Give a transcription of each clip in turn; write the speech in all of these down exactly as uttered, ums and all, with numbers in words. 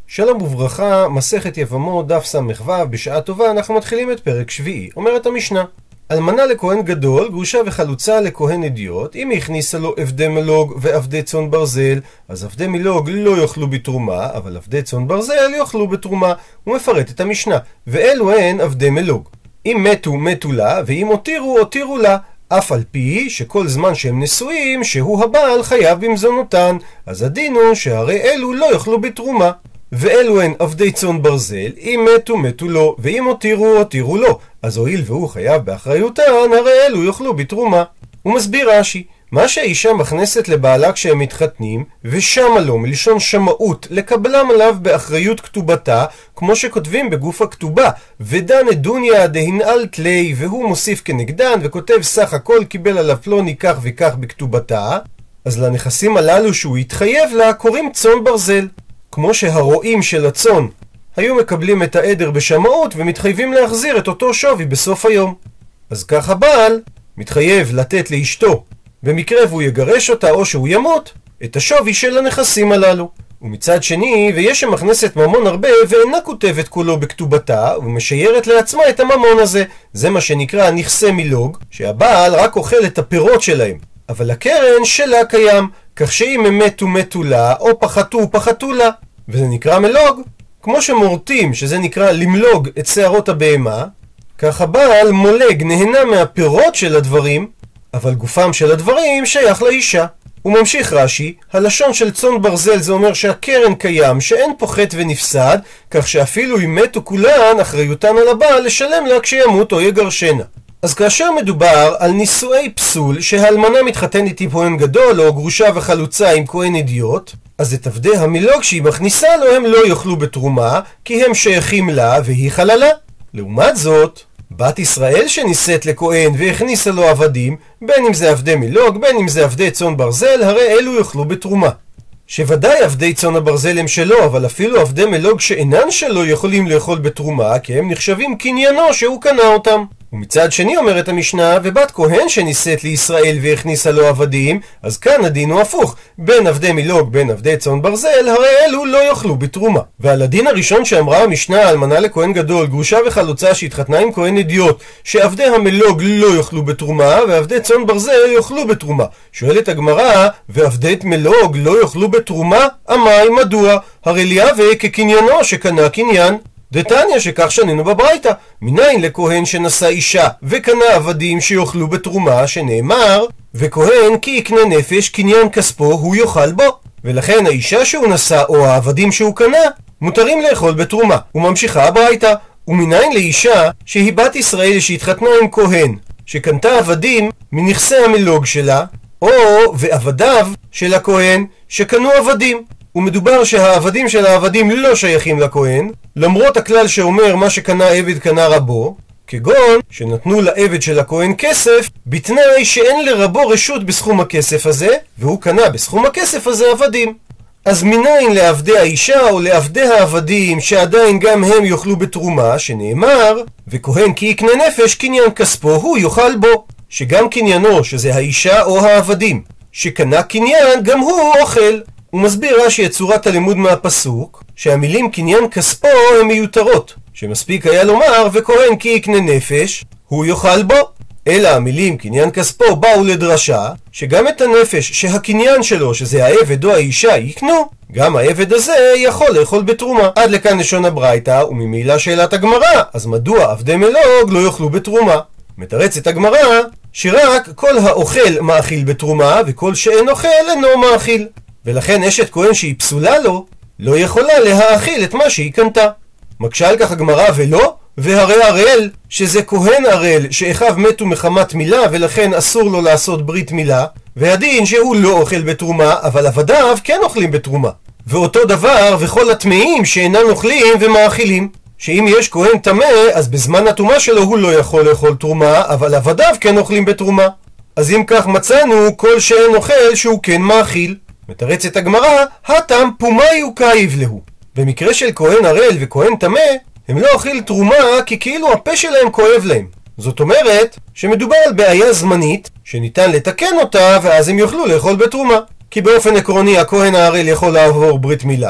שלום וברכה, מסכת יבמות, דף ס"ו, בשעה טובה אנחנו מתחילים את פרק שביעי. אומרת המשנה, אלמנה לכהן גדול, גרושה וחלוצה לכהן אדיוט, אם היא הכניסה לו עבדי מלוג ועבדי צאן ברזל, אז עבדי מלוג לא יאכלו בתרומה, אבל עבדי צאן ברזל יאכלו בתרומה. הוא מפרט את המשנה, ואלו הן עבדי מלוג. אם מתו, מתו לה, ואם הותירו, הותירו לה. אף על פי שכל זמן שהם נשואים, שהוא הבעל חייב במזונותן, אז הדין הוא שהרי אלו לא יאכלו בתרומה. ואלו הן עבדי צאן ברזל, אם מתו מתו לו, ואם הותירו הותירו לו, אז הואיל והוא חייב באחריותן, הרי אלו יאכלו בתרומה. הוא מסביר רש"י, מה שהאישה מכנסת לבעלה כשהם מתחתנים, ושמה לו מלשון שמאות, לקבלם עליו באחריות כתובתה, כמו שכותבים בגוף הכתובה, ודן דוניה דהנעלת לי, והוא מוסיף כנגדן, וכותב סך הכל קיבל עליו פלוני כך וכך בכתובתה, אז לנכסים הללו שהוא התחייב לה, קוראים צאן ברזל. כמו שהרועים של הצאן היו מקבלים את העדר בשמאות ומתחייבים להחזיר את אותו שווי בסוף היום. אז כך הבעל מתחייב לתת לאשתו, במקרה והוא יגרש אותה או שהוא ימות, את השווי של הנכסים הללו. ומצד שני, ויש שמכנסת ממון הרבה ואינה כותבת כולו בכתובתה ומשיירת לעצמה את הממון הזה. זה מה שנקרא נכסי מילוג, שהבעל רק אוכל את הפירות שלהם, אבל הקרן שלה קיים, כך שאם הם מתו מתו לה, או פחתו פחתו לה, וזה נקרא מלוג. כמו שמורטים, שזה נקרא למלוג את שערות הבהמה, כך הבעל מולג, נהנה מהפירות של הדברים, אבל גופם של הדברים שייך לאישה. הוא ממשיך רש"י, הלשון של צאן ברזל זה אומר שהקרן קיים, שאין פוחת ונפסד, כך שאפילו אם מתו כולן, אחריותן על הבעל לשלם לה כשימות או יגרשנה. אז כאשר מדובר על נישואי פסול, שהאלמנה מתחתנת עם כהן גדול, או גרושה וחלוצה עם כהן אדיוט, אז את עבדי המילוג שהיא מכניסה לו הם לא יאכלו בתרומה, כי הם שייכים לה והיא חללה. לעומת זאת, בת ישראל שנישאת לכהן והכניסה לו עבדים, בין אם זה עבדי מילוג, בין אם זה עבדי צאן ברזל, הרי אלו יאכלו בתרומה. שוודאי עבדי צאן הברזל הם שלו, אבל אפילו עבדי מילוג שאינן שלו יכולים לאכול בתרומה, כי הם נחשבים קניינו שהוא קנה אותם. ומצד שני אומרת המשנה, ובת כהן שנישאת לישראל והכניסה לו עבדים, אז כאן הדין הוא הפוך, בין עבדי מילוג בין עבדי צאן ברזל, הרי אלו לא יאכלו בתרומה. ועל הדין הראשון שאמרה המשנה, אלמנה לכהן גדול, גרושה וחלוצה שהתחתנה עם כהן אדיוט, שעבדי המילוג לא יאכלו בתרומה ועבדי צאן ברזל יאכלו בתרומה, שואלת הגמרא, ועבדי מילוג לא יאכלו בתרומה? אמי מדוע? הרי ליהווה כקניינו שקנה קניין. דתניא שכך שנינו בברייתא, מניין לכהן שנשא אישה וקנה עבדים שיאכלו בתרומה, שנאמר וכהן כי יקנה נפש קניין כספו הוא יאכל בו. ולכן האישה שהוא נשא או העבדים שהוא קנה מותרים לאכול בתרומה. וממשיכה הברייתא, ומניין לאישה שהיא בת ישראל שהתחתנה עם כהן שקנתה עבדים מנכסי המילוג שלה, או ועבדיו של הכהן שקנו עבדים. ומדובר שהעבדים של העבדים לא שייכים לכהן, למרות הכלל שאומר מה שקנה עבד קנה רבו, כגון שנתנו לעבד של הכהן כסף, בתנאי שאין לרבו רשות בסכום הכסף הזה, והוא קנה בסכום הכסף הזה עבדים. אז מניין לעבדי האישה או לעבדי העבדים שעדיין גם הם יאכלו בתרומה, שנאמר וכהן כי יקנה נפש קניין כספו הוא יאכל בו, שגם קניינו שזה האישה או העבדים שקנה קניין גם הוא אוכל. הוא מסביר רש"י את צורת הלימוד מהפסוק, שהמילים קניין כספו הן מיותרות, שמספיק היה לומר וכהן כי יקנה נפש הוא יאכל בו. אלא המילים קניין כספו באו לדרשה שגם את הנפש שהקניין שלו שזה העבד או האישה יקנו, גם העבד הזה יכול לאכול בתרומה. עד לכאן לשון הברייתא, וממילא שאלת הגמרא, אז מדוע עבדי מילוג לא יאכלו בתרומה? מתרצת הגמרא שרק כל האוכל מאכיל בתרומה וכל שאין אוכל אינו מאכיל, ולכן אשת כהן שהיא פסולה לו לא יכולה להאכיל את מה שהיא קנתה. מקשה על כך הגמרא ולא, והרי הראל שזה כהן הראל שאחיו מתו מחמת מילה ולכן אסור לו לעשות ברית מילה, והדין שהוא לא אוכל בתרומה אבל עבדיו כן אוכלים בתרומה. ואותו דבר וכל הטמאים שאינם אוכלים ומאכילים, שאם יש כהן טמא אז בזמן הטומאה שלו הוא לא יכול לאכול תרומה, אבל עבדיו כן אוכלים בתרומה. אז אם כך מצאנו כל שאין אוכל שהוא כן מאכיל. מתרצת הגמרא, הטם פומאי וקייב להו. במקרה של כהן הראל וכהן טמא, הם לא אוכלים תרומה כי כאילו הפה שלהם כואב להם. זאת אומרת שמדובר על בעיה זמנית שניתן לתקן אותה ואז הם יוכלו לאכול בתרומה. כי באופן עקרוני הכהן הערל יכול לעבור ברית מילה,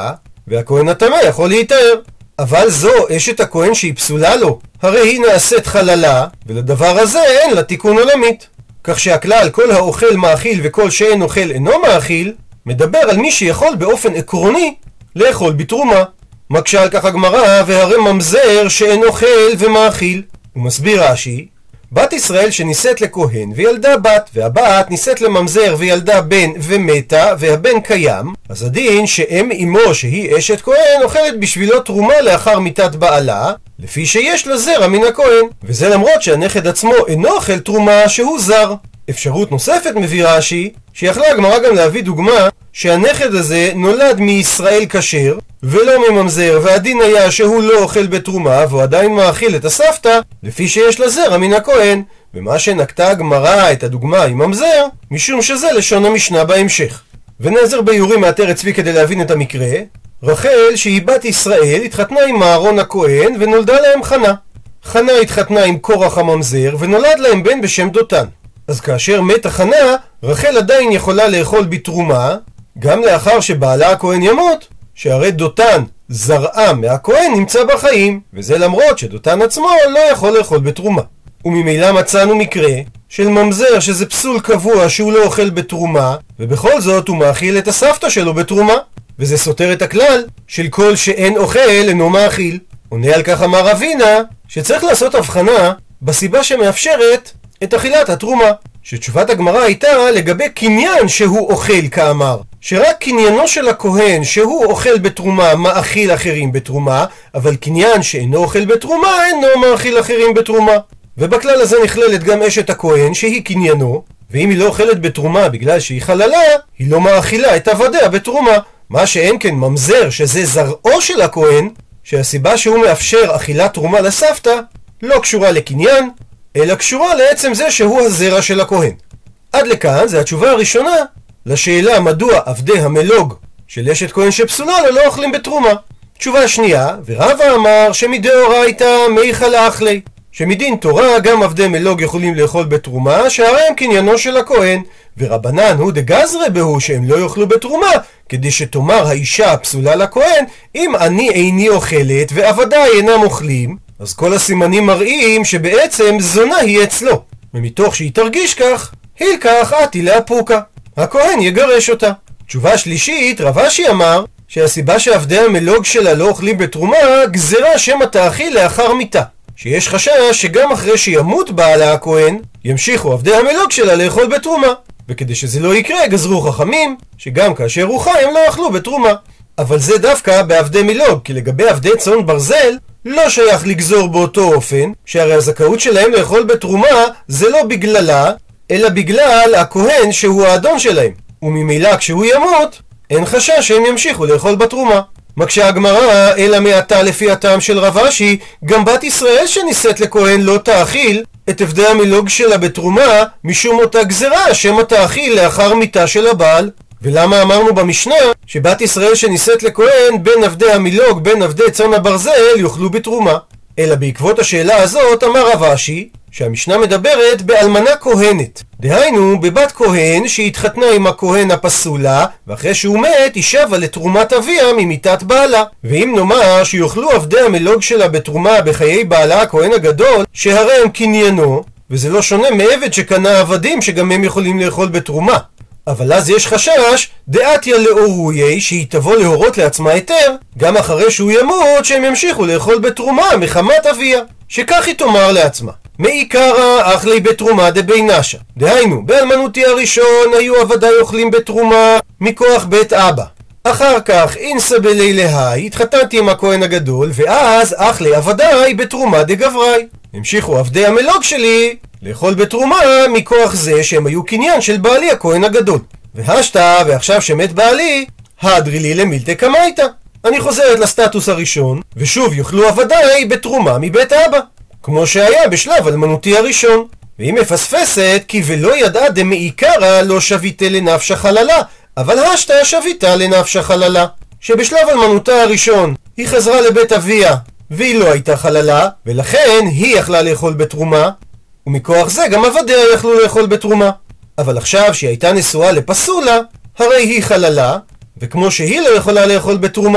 והכהן הטמא יכול להתאר. אבל זו אשת הכהן שהיא פסולה לו, הרי היא נעשית חללה, ולדבר הזה אין לה תיקון עולמית. כך שהכלל כל האוכל מאכיל וכל שאין אוכל אינו מאכיל, מדבר על מי שיכול באופן עקרוני לאכול בתרומה. מקשה על כך הגמרא, והרי ממזר שאין אוכל ומאכיל. הוא מסביר רש"י, בת ישראל שנישאת לכהן וילדה בת, והבת נישאת לממזר וילדה בן ומתה, והבן קיים, אז הדין שאם אמו שהיא אשת כהן אוכלת בשבילו תרומה לאחר מיתת בעלה, לפי שיש לה זרע מן הכהן, וזה למרות שהנכד עצמו אינו אוכל תרומה שהוא זר. אפשרות נוספת מביא רש"י, שיכלה הגמרא גם להביא דוגמה שהנכד הזה נולד מישראל כשר ולא מממזר, והדין היה שהוא לא אוכל בתרומה והוא עדיין מאכיל את הסבתא לפי שיש לה זרע מן הכהן, ומה שנקטה הגמרא את הדוגמה עם ממזר משום שזה לשון המשנה בהמשך. ונעזר ביורים מאתר צבי כדי להבין את המקרה. רחל שהיא בת ישראל התחתנה עם אהרון הכהן ונולדה להם חנה. חנה התחתנה עם קורח הממזר ונולד להם בן בשם דותן. אז כאשר מתה חנה, רחל עדיין יכולה לאכול בתרומה גם לאחר שבעלה הכהן ימות, שהרי דותן זרעה מהכהן נמצא בחיים, וזה למרות שדותן עצמו לא יכול לאכול בתרומה. וממילא מצאנו מקרה של ממזר שזה פסול קבוע שהוא לא אוכל בתרומה, ובכל זאת הוא מאכיל את הסבתא שלו בתרומה, וזה סותר את הכלל של כל שאין אוכל אינו מאכיל. עונה על כך אמר רבינה שצריך לעשות הבחנה בסיבה שמאפשרת את אכילת התרומה, שתשובת הגמרא הייתה לגבי קניין שהוא אוכל כאמר, שרק קניינו של הכהן שהוא אוכל בתרומה מאכיל אחרים בתרומה, אבל קניין שאינו אוכל בתרומה אינו מאכיל אחרים בתרומה. ובכלל הזה נכללת גם אשת הכהן שהיא קניינו, ואם היא לא אוכלת בתרומה בגלל שהיא חללה, היא לא מאכילה את עבדיה בתרומה. מה שאין כן ממזר שזה זרעו של הכהן, שהסיבה שהוא מאפשר אכילת תרומה לסבתא לא קשורה לקניין, אלא קשורה לעצם זה שהוא הזרע של הכהן. עד לכאן זה התשובה הראשונה לשאלה מדוע עבדי המלוג של אשת כהן שפסולה לו לא אוכלים בתרומה. תשובה שנייה, ורבא אמר שמדאורייתא מיכא לאכלי, שמדין תורה גם עבדי מלוג יכולים לאכול בתרומה שהרי הם קניינו של הכהן, ורבנן הוא דגזרי בהו שהם לא יאכלו בתרומה, כדי שתאמר האישה הפסולה לכהן, אם אני איני אוכלת ועבדיי אינם אוכלים, אז כל הסימנים מראים שבעצם זונה היא אצלו, ומתוך שהיא תרגיש כך, הילקח עתי לאפוקה, הכהן יגרש אותה. תשובה שלישית, רב אשי אמר שהסיבה שעבדי המלוג שלה לא אוכלים בתרומה גזרה שמא תאכיל לאחר מיתה, שיש חשש שגם אחרי שימות בעלה הכהן ימשיכו עבדי המלוג שלה לאכול בתרומה, וכדי שזה לא יקרה גזרו חכמים שגם כאשר הוא חי הם לא אכלו בתרומה. אבל זה דווקא בעבדי מלוג, כי לגבי עבדי צאן ברזל לא שייך לגזור באותו אופן, שהרי הזכאות שלהם לאכול בתרומה זה לא בגללה, אלא בגלל הכהן שהוא האדון שלהם, וממילא כשהוא ימות אין חשש שהם ימשיכו לאכול בתרומה. מקשה הגמרא, אלא מעתה לפי הטעם של רב אשי, גם בת ישראל שנישאת לכהן לא תאכיל את עבדי המלוג שלה בתרומה, משום אותה גזרה שמא תאכיל לאחר מיתה של הבעל. ולמה אמרנו במשנה שבת ישראל שנישאת לכהן בין עבדי המילוג בין עבדי צאן הברזל יאכלו בתרומה? אלא בעקבות השאלה הזאת אמר רב אשי שהמשנה מדברת באלמנה כהנת, דהיינו בבת כהן שהתחתנה עם הכהן הפסולה, ואחרי שהוא מת היא שבה לתרומת אביה ממיתת בעלה. ואם נאמר שיאכלו עבדי המלוג שלה בתרומה בחיי בעלה הכהן הגדול, שהרי הם קניינו, וזה לא שונה מעבד שקנה עבדים שגם הם יכולים לאכול בתרומה, אבל אז יש חשש דעתיה לאורוי שהיא תבוא להורות לעצמה היתר גם אחרי שהוא ימות שהם ימשיכו לאכול בתרומה מחמת אביה, שכך היא תאמר לעצמה מעיקרא אכלי בתרומה דבינשה, דהיינו באלמנותי הראשון היו עבדיי אוכלים בתרומה מכוח בית אבא, אחר כך אינסה בלילהי התחתנתי עם הכהן הגדול, ואז אכלי עבדיי בתרומה דגברי, המשיכו עבדי המלוג שלי לאכול בתרומה מכוח זה שהם היו קניין של בעלי הכהן הגדול, והשתה ועכשיו שמת בעלי הדרי לי למילתא קמייתא, אני חוזרת לסטטוס הראשון ושוב יאכלו עבדיי בתרומה מבית אבא כמו שהיה בשלב אלמנותי הראשון. והיא מפספסת כי ולא ידעה דמעיקרא לא שביתה לנפשה חללה, אבל השתה שביתה לנפשה חללה, שבשלב אלמנותה הראשון היא חזרה לבית אביה והיא לא הייתה חללה, ולכן היא יכלה לאכול בתרומה, ומכוח זה גם עבדיה יכלו לאכול בתרומה. אבל עכשיו שהיא הייתה נשואה לפסולה, הרי היא חללה, וכמו שהיא לא יכולה לאכול בתרומה,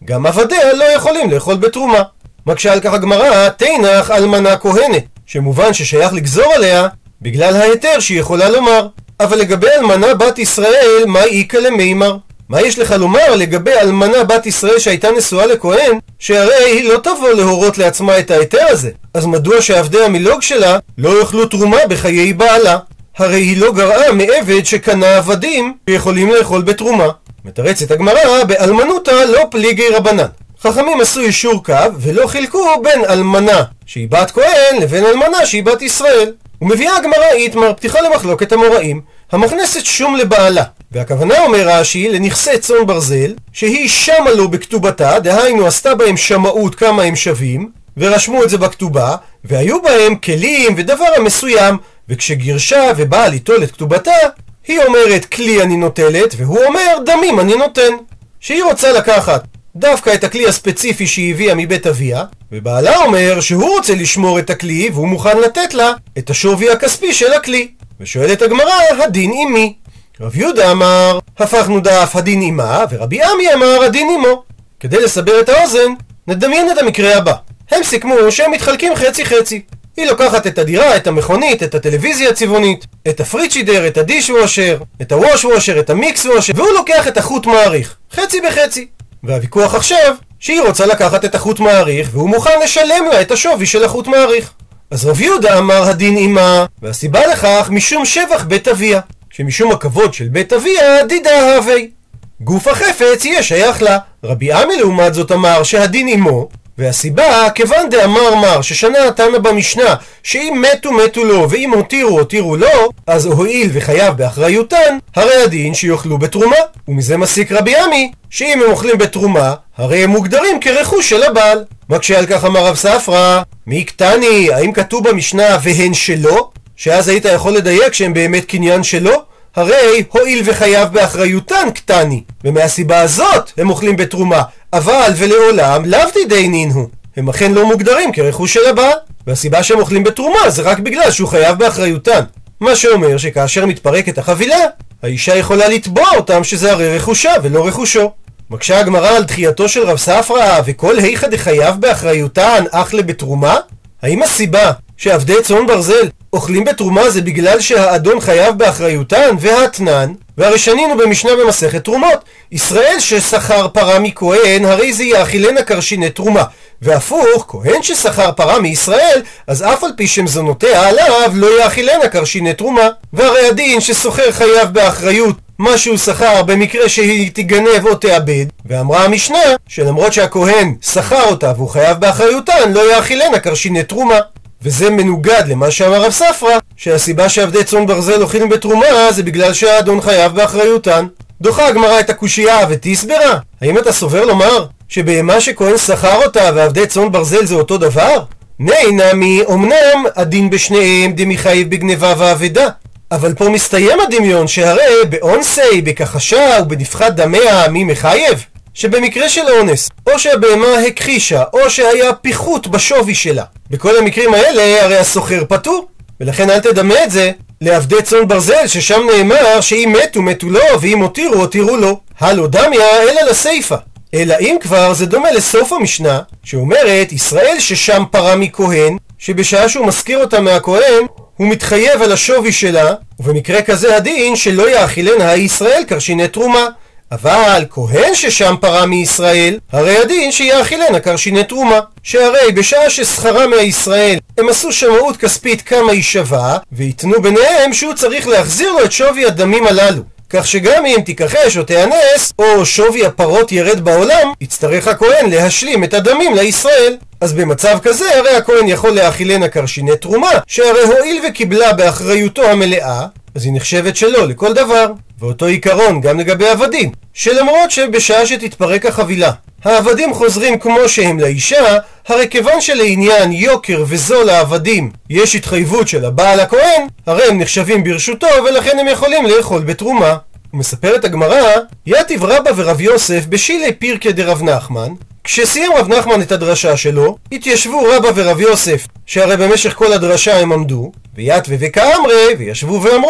גם עבדיה לא יכולים לאכול בתרומה. מקשה על כך הגמרא, תנח אלמנה כהנת, שמובן ששייך לגזור עליה בגלל ההיתר שהיא יכולה לומר. אבל לגבי אלמנה בת ישראל, מה איקה למימר? מה יש לך לומר לגבי אלמנה בת ישראל שהייתה נשואה לכהן, שהרי היא לא תבוא להורות לעצמה את ההיתר הזה? אז מדוע שעבדי המילוג שלה לא יאכלו תרומה בחיי בעלה? הרי היא לא גרעה מעבד שקנה עבדים שיכולים לאכול בתרומה. מתרצת הגמרא, באלמנותה לא פליגי רבנן. חכמים עשו ישור קו ולא חילקו בין אלמנה שהיא בת כהן לבין אלמנה שהיא בת ישראל. ומביאה הגמרא איתמר, פתיחה למחלוקת המוראים, המכנסת שום לבעלה. והכוונה אומר רש"י לנכסי צאן ברזל שהיא שמה לו בכתובתה, דהיינו עשתה בהם שמאות כמה הם שווים ורשמו את זה בכתובה, והיו בהם כלים ודבר המסוים, וכשגירשה ובאה ליטול את כתובתה, היא אומרת כלי אני נוטלת והוא אומר דמים אני נותן. שהיא רוצה לקחת דווקא את הכלי הספציפי שהיא הביאה מבית אביה, ובעלה אומר שהוא רוצה לשמור את הכלי והוא מוכן לתת לה את השווי הכספי של הכלי. ושואלת הגמרא, הדין עם מי? רב יהודה אמר, הפכנו דף הדין עמה, ורבי עמי אמר הדין עמו. כדי לסבר את האוזן, נדמיין את המקרה הבא. הם סיכמו שהם מתחלקים חצי חצי. היא לוקחת את הדירה, את המכונית, את הטלוויזיה הצבעונית, את הפריצ'ידר, את הדיש וושר, את הווש וושר, את המיקס וושר, והוא לוקח את החוט מעריך, חצי בחצי. והוויכוח עכשיו, שהיא רוצה לקחת את החוט מעריך, והוא מוכן לשלם לה את השווי של החוט מעריך. אז רב יהודה אמר הדין עמה, והסיבה לכך משום שבח בית אביה, שמשום הכבוד של בית אביה דידה הווי. גוף החפץ יהיה שייך לה. רבי עמי לעומת זאת אמר שהדין עמו, והסיבה כיוון דאמר מר ששנה התנא במשנה שאם מתו מתו לו ואם הותירו הותירו לו, אז הועיל וחייב באחריותן, הרי הדין שיאכלו בתרומה. ומזה מסיק רבי עמי שאם הם אוכלים בתרומה הרי הם מוגדרים כרכוש של הבעל. מקשה על כך אמר רב ספרא, מי קטני, האם כתוב במשנה והן שלו? שאז היית יכול לדייק שהם באמת קניין שלו? הרי הועיל וחייב באחריותן קטני, ומהסיבה הזאת הם אוכלים בתרומה, אבל ולעולם לאו תדיינים הוא, הם אכן לא מוגדרים כרכוש של הבעל, והסיבה שהם אוכלים בתרומה זה רק בגלל שהוא חייב באחריותן. מה שאומר שכאשר מתפרקת החבילה, האישה יכולה לתבוע אותם שזה הרי רכושה ולא רכושו. מקשה הגמרא על דחייתו של רב ספרא, וכל היכא דחייב באחריותן אכלה בתרומה? האם הסיבה שעבדי צאן ברזל אוכלים בתרומה זה בגלל שהאדון חייב באחריותן והתנן? והרי שנינו במשנה במסכת תרומות, ישראל ששכר פרה מכהן הרי זה יאכילנה קרשיני תרומה, והפוך, כהן ששכר פרה מישראל אז אף על פי שמזונותיה עליו לא יאכילנה קרשיני תרומה. והרי הדין שסוחר חייב באחריות מה שהוא שכר במקרה שהיא תיגנב או תאבד, ואמרה המשנה שלמרות שהכהן שכר אותה והוא חייב באחריותן לא יאכילנה קרשיני תרומה. וזה מנוגד למה שאמר רב ספרא, שהסיבה שעבדי צאן ברזל אוכלים בתרומה זה בגלל שהאדון חייב באחריותן. דוחה הגמרא את הקושייה ותסברה, האם אתה סובר לומר שבהמה שכהן שכר אותה ועבדי צאן ברזל זה אותו דבר? ני נמי, אמנם הדין בשניהם דמחייב בגנבה ואבדה, אבל פה מסתיים הדמיון שהרי באונסי, בכחשה ובנפחת דמיה מי מחייב? שבמקרה של אונס, או שהבהמה הכחישה, או שהיה פיחות בשווי שלה, בכל המקרים האלה הרי הסוחר פטור. ולכן אל תדמה את זה לעבדי צאן ברזל ששם נאמר שאם מתו מתו לו ואם הותירו הותירו לו. הלא דמיה אלא לסיפה. אלא אם כבר זה דומה לסוף המשנה שאומרת ישראל ששם פרה מכהן, שבשעה שהוא מזכיר אותה מהכהן הוא מתחייב על השווי שלה, ובמקרה כזה הדין שלא יאכילנה הישראל קרשיני תרומה. אבל כהן ששם פרה מישראל הרי הדין שיאכילנה קרשיני תרומה, שהרי בשעה ששכרה מהישראל הם עשו שמאות כספית כמה היא שווה, ויתנו ביניהם שהוא צריך להחזיר לו את שווי הדמים הללו, כך שגם אם תיכחש או תאנס או שווי הפרות ירד בעולם, יצטרך הכהן להשלים את הדמים לישראל. אז במצב כזה הרי הכהן יכול להאכילנה קרשיני תרומה, שהרי הועיל וקיבלה באחריותו המלאה אז היא נחשבת שלו לכל דבר. ואותו עיקרון גם לגבי עבדים, שלמרות שבשעה שתתפרק החבילה העבדים חוזרים כמו שהם לאישה, הרי כיוון שלעניין יוקר וזול העבדים יש התחייבות של הבעל הכהן, הרי הם נחשבים ברשותו ולכן הם יכולים לאכול בתרומה. ומספרת הגמרא, יתיב רבא ורב יוסף בשילי פירקא דרב נחמן. כשסיים רב נחמן את הדרשה שלו, התיישבו רבא ורב יוסף, שהרי במשך כל הדרשה הם עמדו, ויתווה וכאמרי, וישבו ואמרו,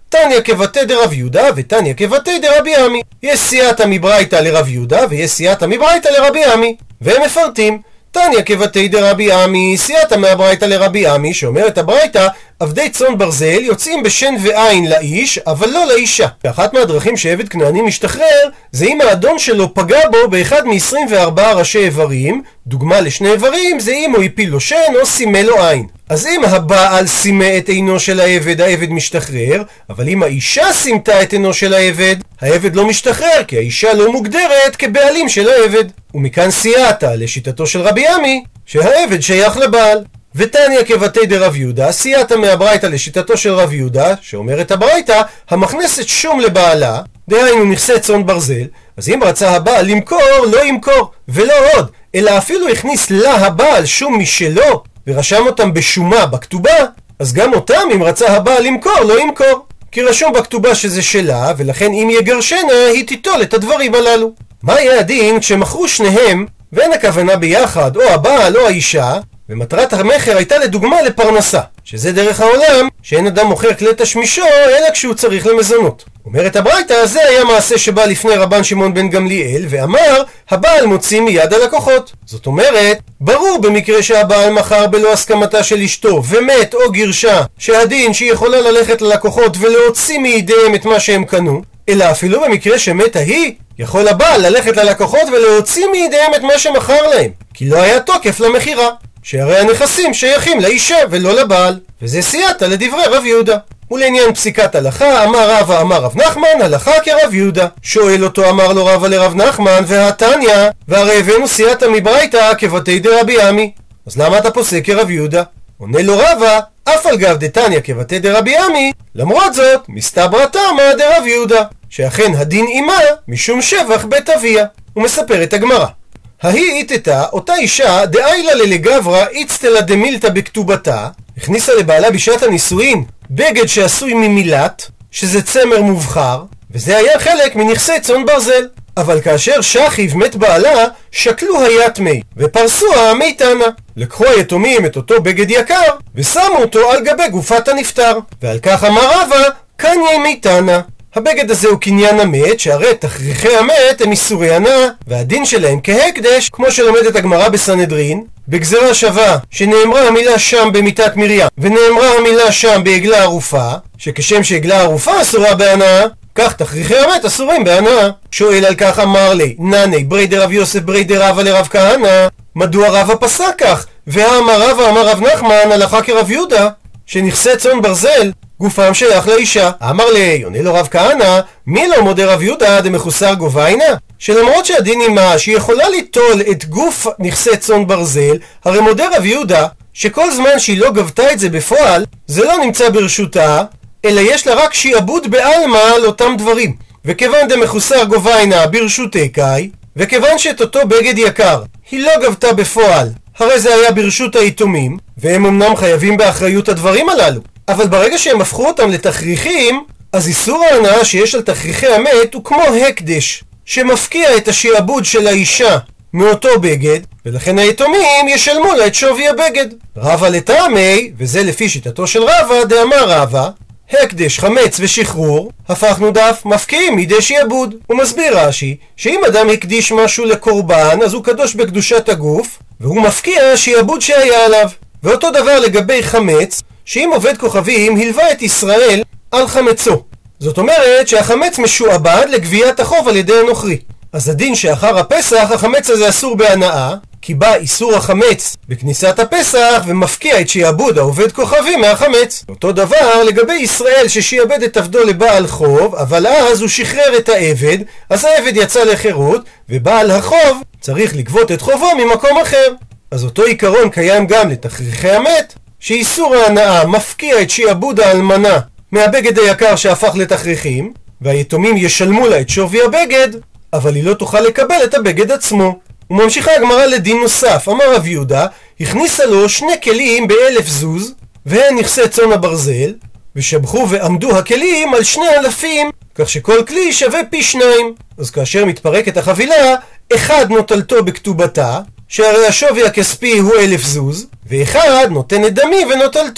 תניא כבתי דרב יהודה ותניא כבתי דרבי עמי. יש סייעתא מברייתא לרב יהודה ויש סייעתא מברייתא לרבי עמי, והם מפרטים. תניא כבתי דרבי עמי, סייעתא מהברייתא לרבי עמי, שאומרת הברייתא, עבדי צאן ברזל יוצאים בשן ועין לאיש, אבל לא לאישה. ואחת מהדרכים שעבד כנעני משתחרר, זה אם האדון שלו פגע בו באחד מ-עשרים וארבעה ראשי איברים. דוגמה לשני איברים זה אם הוא הפיל לו שן או סימא לו עין. אז אם הבעל סימא את עינו של העבד, העבד משתחרר, אבל אם האישה סימתה את עינו של העבד, העבד לא משתחרר, כי האישה לא מוגדרת כבעלים של העבד. ומכאן סייעתא לשיטתו של רבי עמי, שהעבד שייך לבעל. ותניא כבתי דרב יהודה, סייעתא מהברייתא לשיטתו של רב יהודה, שאומרת הברייתא, המכנסת שום לבעלה, דהיינו נכסי צאן ברזל, אז אם רצה הבעל למכור, לא ימכור, ולא עוד, אלא אפילו הכניס לה הבעל שום משלו, ורשם אותם בשומה בכתובה, אז גם אותם אם רצה הבעל למכור, לא ימכור. כי רשום בכתובה שזה שלה, ולכן אם יגרשנה, היא תיטול את הדברים הללו. מה יהיה הדין כשמכרו שניהם, ואין הכוונה ביחד, או הבעל או האישה, ומטרת המחר הייתה לדוגמה לפרנסה, שזה דרך העולם, שאין אדם מוכר כלי תשמישו, אלא כשהוא צריך למזונות. אומרת הברייתא, זה היה מעשה שבא לפני רבן שמעון בן גמליאל, ואמר, הבעל מוציא מיד הלקוחות. זאת אומרת, ברור במקרה שהבעל מכר בלא הסכמתה של אשתו, ומת או גירשה, שהדין שהיא יכולה ללכת ללקוחות ולהוציא מידיהם את מה שהם קנו, אלא אפילו במקרה שמתה היא, יכול הבעל ללכת ללקוחות ולהוציא מידיהם את מה שמכר להם, כי לא היה תוקף למכירה, שהרי הנכסים שייכים לאישה ולא לבעל. וזה סייעתא לדברי רב יהודה. ולעניין פסיקת הלכה, אמר רבא אמר רב נחמן, הלכה כרב יהודה. שואל אותו, אמר לו רבא לרב נחמן, והתניא, והרי הבאנו סייעתא מברייתא כבתי דרבי עמי, אז למה אתה פוסק כרב יהודה? עונה לו רבא, אף על גב דתניא כבתי דרבי עמי, למרות זאת מסתברא תמא דרב יהודה, שאכן הדין עימה משום שבח בית אביה. הוא מספר את הגמרא. ההיא איתתה, אותה אישה, דאיילה ללגברא איצטלה דמילתא בכתובתה, הכניסה לבעלה בשעת הנישואין בגד שעשוי ממילת, שזה צמר מובחר, וזה היה חלק מנכסי צאן ברזל. אבל כאשר שכיב מת בעלה, שקלו היתמי, ופרסוה מיתנה. לקחו היתומים את אותו בגד יקר, ושמו אותו על גבי גופת הנפטר. ועל כך אמר רבא, קניה מיתנה. הבגד הזה הוא קניין המת, שהרי תכריכי המת הם איסורי הנאה, והדין שלהם כהקדש, כמו שלומדת הגמרא בסנהדרין, בגזרה שווה, שנאמרה המילה שם במיתת מרים, ונאמרה המילה שם בעגלה ערופה, שכשם שעגלה ערופה אסורה בהנאה, כך תכריכי המת אסורים בהנאה. שואל על כך אמר לי, נני ברי דרב יוסף ברי דרבא לרב כהנא, מדוע רבא פסק כך? והאמר רבא אמר רב נחמן, הלכה כרב יהודה, שנכסי צאן ברזל גופם שייך לאישה. אמר לי, עונה לו רב כהנא, מי לא מודה רב יהודה דמחוסר גוביינה? שלמרות שהדין עימה שהיא יכולה ליטול את גוף נכסי צאן ברזל, הרי מודה רב יהודה שכל זמן שהיא לא גבתה את זה בפועל, זה לא נמצא ברשותה, אלא יש לה רק שיעבוד בעלמא על אותם דברים. וכיוון דמחוסר גוביינה ברשותי קאי, וכיוון שאת אותו בגד יקר היא לא גבתה בפועל, הרי זה היה ברשות היתומים, והם אמנם חייבים באחריות הדברים הללו, אבל ברגע שהם הפכו אותם לתכריכים, אז איסור ההנאה שיש על תכריכי המת הוא כמו הקדש, שמפקיע את השיעבוד של האישה מאותו בגד, ולכן היתומים ישלמו לה את שווי הבגד. רבא לטעמי, וזה לפי שיטתו של רבא, דאמר רבא, הקדש, חמץ ושחרור, הפכנו דף מפקיעים מידי שיעבוד. הוא מסביר רש"י, שאם אדם הקדיש משהו לקורבן, אז הוא קדוש בקדושת הגוף, והוא מפקיע שיעבוד שהיה עליו. ואותו דבר לגבי חמץ, שאם עובד כוכבים הלווה את ישראל על חמצו. זאת אומרת שהחמץ משועבד לגביית החוב על ידי הנוכרי. אז הדין שאחר הפסח החמץ הזה אסור בהנאה, כי בא איסור החמץ בכניסת הפסח ומפקיע את שיעבוד העובד כוכבים מהחמץ. אותו דבר לגבי ישראל ששיעבד את עבדו לבעל חוב, אבל אז הוא שחרר את העבד, אז העבד יצא לחירות, ובעל החוב צריך לגבות את חובו ממקום אחר. אז אותו עיקרון קיים גם לתכריכי המת, שאיסור ההנאה מפקיע את שיעבוד האלמנה מהבגד היקר שהפך לתכריכים, והיתומים ישלמו לה את שווי הבגד, אבל היא לא תוכל לקבל את הבגד עצמו. וממשיכה הגמרא לדין נוסף. אמר רב יהודה, הכניסה לו שני כלים באלף זוז, והן נכסי צאן הברזל, ושבחו ועמדו הכלים על שני אלפים, כך שכל כלי שווה פי שניים. אז כאשר מתפרקת החבילה, אחד נוטלתו בכתובתה, שהרי השווי הכספי הוא אלף זוז, ואחד נותן את דמי ונוטלתו.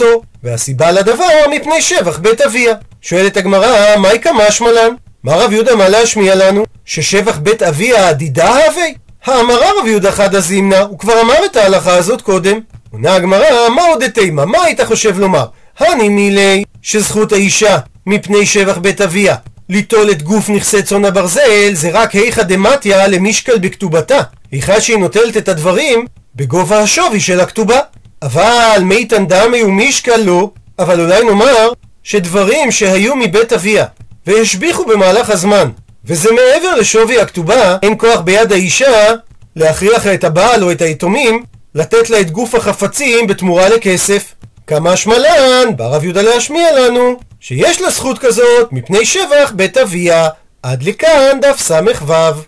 והסיבה לדבר מפני שבח בית אביה. שואלת הגמרא, מהי כמשמען? מה רב יהודה מה להשמיע לנו? ששבח בית אביה עדידה הווי? האמרה רב יהודה חדא זימנה, הוא כבר אמר את ההלכה הזאת קודם. עונה הגמרא, מה עוד תימה? מה היית חושב לומר? הני מילי שזכות האישה מפני שבח בית אביה ליטול את גוף נכסי צאן הברזל זה רק היכא דמתיה למשקל בכתובתה, היכא שהיא נוטלת את הדברים בגובה השווי של הכתובה. אבל מיתן דמי ומשקל לא, אבל אולי נאמר שדברים שהיו מבית אביה והשביחו במהלך הזמן וזה מעבר לשווי הכתובה, אין כוח ביד האישה להכריח את הבעל או את היתומים לתת לה את גוף החפצים בתמורה לכסף. כמשמען, בא רב יהודה להשמיע לנו שיש לה זכות כזאת מפני שבח בית אביה. עד לכאן דף ס"ו.